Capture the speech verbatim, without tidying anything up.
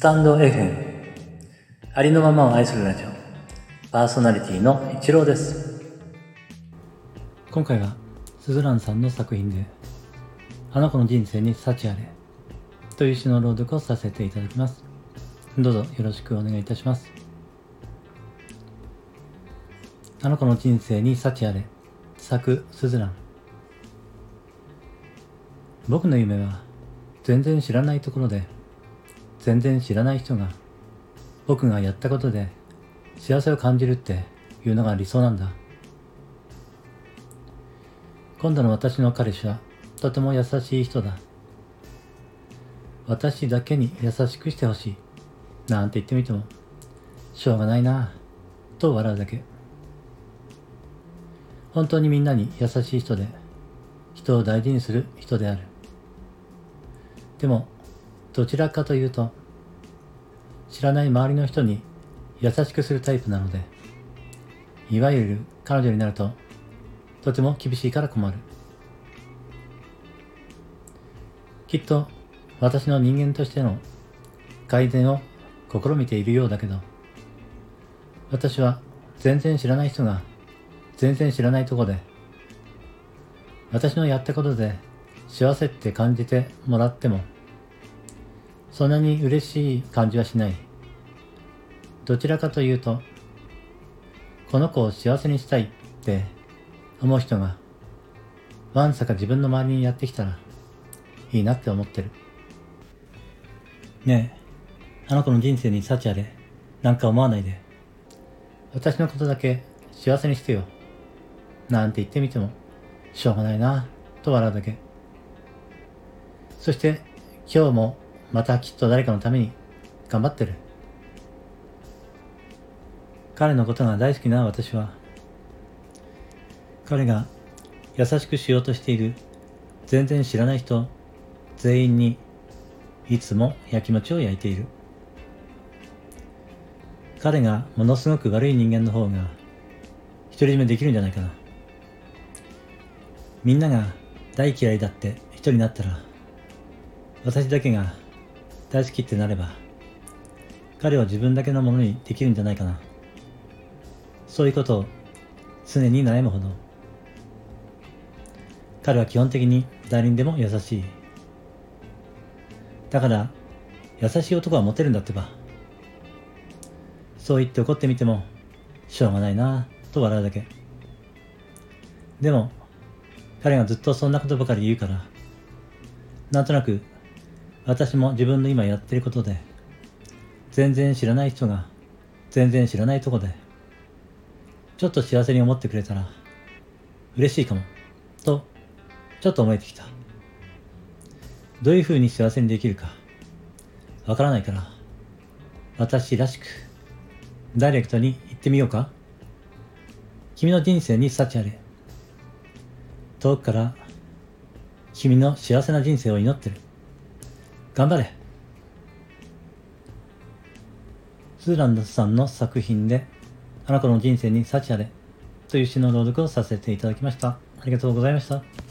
タンド エフエム ありのままを愛するラジオ、パーソナリティの一郎です。今回はすずらんさんの作品であの子の人生に幸あれという詩の朗読をさせていただきます。どうぞよろしくお願いいたします。あの子の人生に幸あれ、作すずらん。僕の夢は全然知らないところで全然知らない人が僕がやったことで幸せを感じるっていうのが理想なんだ。今度の私の彼氏はとても優しい人だ。私だけに優しくしてほしいなんて言ってみてもしょうがないなぁと笑うだけ。本当にみんなに優しい人で人を大事にする人である。でもどちらかというと知らない周りの人に優しくするタイプなので、いわゆる彼女になるととても厳しいから困る。きっと私の人間としての改善を試みているようだけど、私は全然知らない人が全然知らないところで私のやったことで幸せって感じてもらってもそんなに嬉しい感じはしない。どちらかというとこの子を幸せにしたいって思う人がわんさか自分の周りにやってきたらいいなって思ってる。ねえ、あの子の人生に幸あれなんか思わないで、私のことだけ幸せにしてよなんて言ってみてもしょうがないなと笑うだけ。そして今日もまたきっと誰かのために頑張ってる。彼のことが大好きな私は彼が優しくしようとしている全然知らない人全員にいつもやきもちを焼いている。彼がものすごく悪い人間の方が独り占めできるんじゃないかな。みんなが大嫌いだって一人になったら私だけが大好きってなれば彼は自分だけのものにできるんじゃないかな。そういうことを常に悩むほど彼は基本的に誰にでも優しい。だから優しい男はモテるんだってば。そう言って怒ってみてもしょうがないなぁと笑うだけ。でも彼がずっとそんなことばかり言うからなんとなく私も自分の今やってることで全然知らない人が全然知らないとこでちょっと幸せに思ってくれたら嬉しいかもとちょっと思えてきた。どういうふうに幸せにできるかわからないから私らしくダイレクトに言ってみようか。君の人生に幸あれ。遠くから君の幸せな人生を祈ってる。頑張れ。スーランドさんの作品であの子の人生に幸あれという詩の朗読をさせていただきました。ありがとうございました。